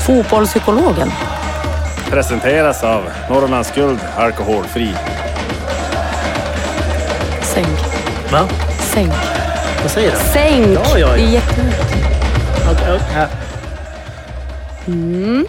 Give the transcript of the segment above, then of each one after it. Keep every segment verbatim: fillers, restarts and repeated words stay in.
Fotbollspsykologen. Presenteras av Norrlands Guld alkoholfri. Sänk. Va? Sänk. Vad säger du? Sänk! Ja, ja, ja. Det är jättehögt. Okej, okej. Mm.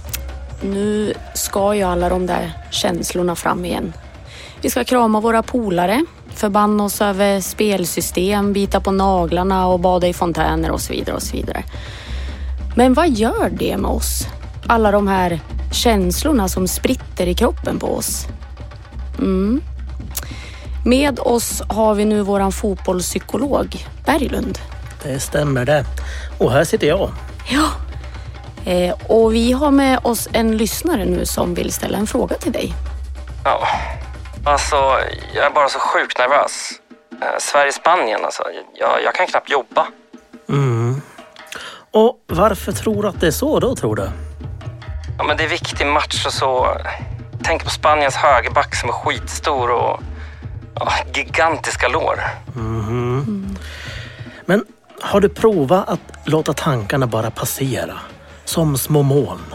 Nu ska ju alla de där känslorna fram igen. Vi ska krama våra polare, förbanna oss över spelsystem, bita på naglarna och bada i fontäner och så vidare och så vidare. Men vad gör det med oss? Alla de här känslorna som spritter i kroppen på oss. Mm. Med oss har vi nu våran fotbollspsykolog Berglund. Det stämmer det. Och här sitter jag. Ja. Eh, och vi har med oss en lyssnare nu som vill ställa en fråga till dig. Ja, alltså jag är bara så sjukt nervös. Eh, Sverige-Spanien alltså, jag, jag kan knappt jobba. Mm. Och varför tror du att det är så då, tror du? Ja, men det är viktig match och så. Tänk på Spaniens högerback som är skitstor och ja, gigantiska lår. Mm. Mm. Men har du provat att låta tankarna bara passera? Som små moln?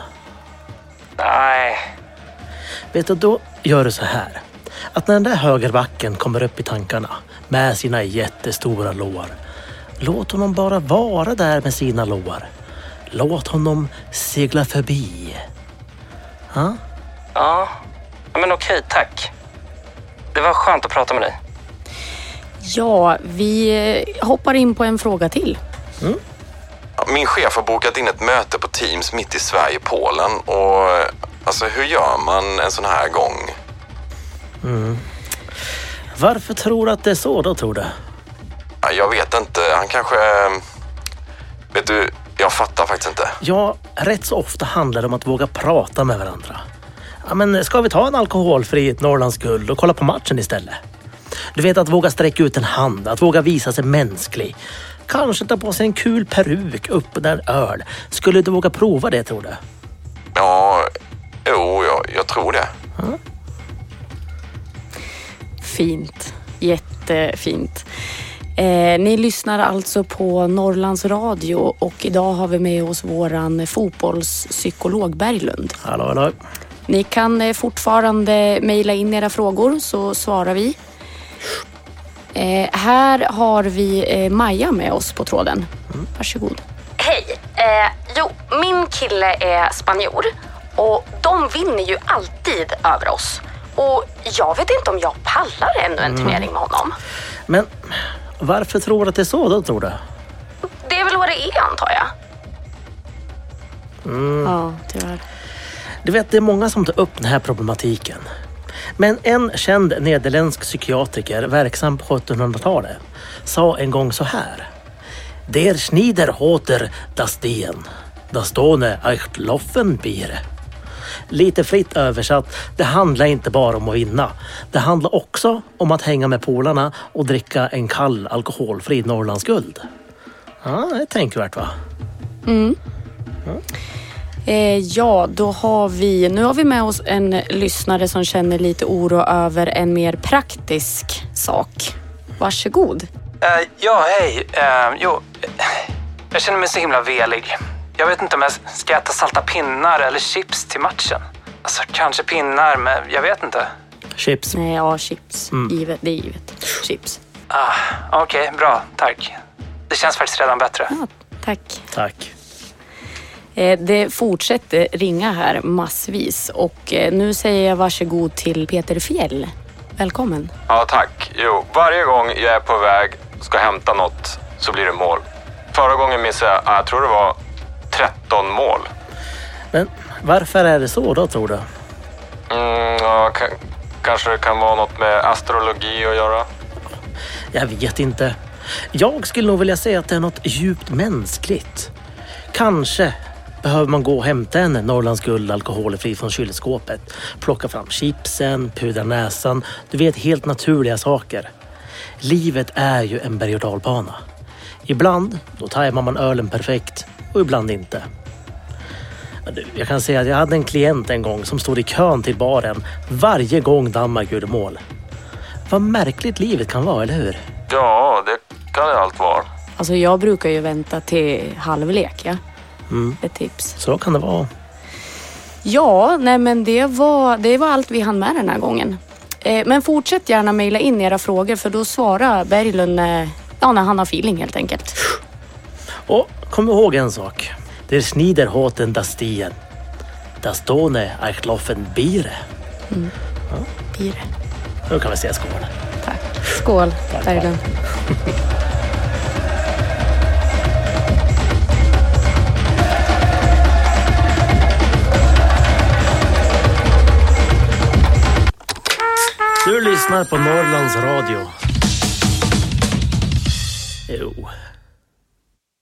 Nej. Vet du, då gör du så här. Att när den där högerbacken kommer upp i tankarna med sina jättestora lår, låt honom bara vara där med sina lår. Låt honom segla förbi. Ha? Ja, men okej, tack. Det var skönt att prata med dig. Ja, vi hoppar in på en fråga till. Mm. Min chef har bokat in ett möte på Teams mitt i Sverige-Polen och alltså hur gör man en sån här gång? Mm. Varför tror du att det är så då, tror du? Ja, jag vet inte, han kanske... Vet du, jag fattar faktiskt inte. Ja, rätt så ofta handlar det om att våga prata med varandra. Ja, men ska vi ta en alkoholfri Norrlands Guld och kolla på matchen istället? Du vet, att våga sträcka ut en hand, att våga visa sig mänsklig. Kanske ta på sig en kul peruk upp där öl. Skulle du våga prova det, tror du? Ja, jo, jag, jag tror det. Mm. Fint. Jättefint. Eh, ni lyssnar alltså på Norrlands Radio och idag har vi med oss våran fotbollspsykolog Berglund. Hallå, hallå. Ni kan eh, fortfarande mejla in era frågor så svarar vi. Eh, här har vi eh, Maja med oss på tråden. Mm. Varsågod. Hej. Eh, jo, min kille är spanjor och de vinner ju alltid över oss. Och jag vet inte om jag pallar ännu en turnering med honom. Men varför tror du att det är så då, tror du? Det är väl vad det är, antar jag. Mm. Ja, tyvärr. Du vet, det är många som tar upp den här problematiken. Men en känd nederländsk psykiatriker verksam på sjuttonhundratalet sa en gång så här: Der Schnieder hoter das Dien, das Stone echt loffen bier. Lite fritt översatt, det handlar inte bara om att vinna. Det handlar också om att hänga med polarna och dricka en kall alkoholfri Norrlands Guld. Ja, det är tänkvärt, va? Mm. Mm. Eh, ja, då har vi, nu har vi med oss en lyssnare som känner lite oro över en mer praktisk sak. Varsågod. Uh, ja, hej. Uh, jo, jag känner mig så himla velig. Jag vet inte om jag ska äta salta pinnar eller chips till matchen. Alltså, kanske pinnar, men jag vet inte. Chips. Nej, ja, chips. Mm. Givet, det är givet. Chips. Ah, Okej, okay, bra. Tack. Det känns faktiskt redan bättre. Ja, tack. Tack. Eh, det fortsätter ringa här massvis och eh, nu säger jag varsågod till Peter Fjäll. Välkommen. Ja, tack. Jo, varje gång jag är på väg ska hämta något så blir det mål. Förra gången missade jag, jag tror det var tretton mål. Men varför är det så då, tror du? Mm, ja, k- kanske det kan vara något med astrologi att göra. Jag vet inte. Jag skulle nog vilja säga att det är något djupt mänskligt. Kanske behöver man gå och hämta en Norrlands Guld alkoholfri från kylskåpet. Plocka fram chipsen, pudra näsan. Du vet, helt naturliga saker. Livet är ju en berg- och dalbana. Ibland då tajmar man ölen perfekt och ibland inte. Jag kan säga att jag hade en klient en gång som stod i kön till baren varje gång Danmark gjorde mål. Vad märkligt livet kan vara, eller hur? Ja, det kan det allt vara. Alltså jag brukar ju vänta till halvlek, ja. Mm. ett tips. Så kan det vara. Ja, nej men det var, det var allt vi hann med den här gången. Eh, men fortsätt gärna mejla in era frågor för då svarar Berglund eh, ja, när han har feeling helt enkelt. Och kom ihåg en sak. Der Schnieder Hoten das Stien. Das Done Eichloffen Biere. Mm. Ja. Biere. Då kan vi säga skål. Tack. Skål, Tack, Berglund. Du lyssnar på Norrlands Radio. Jo.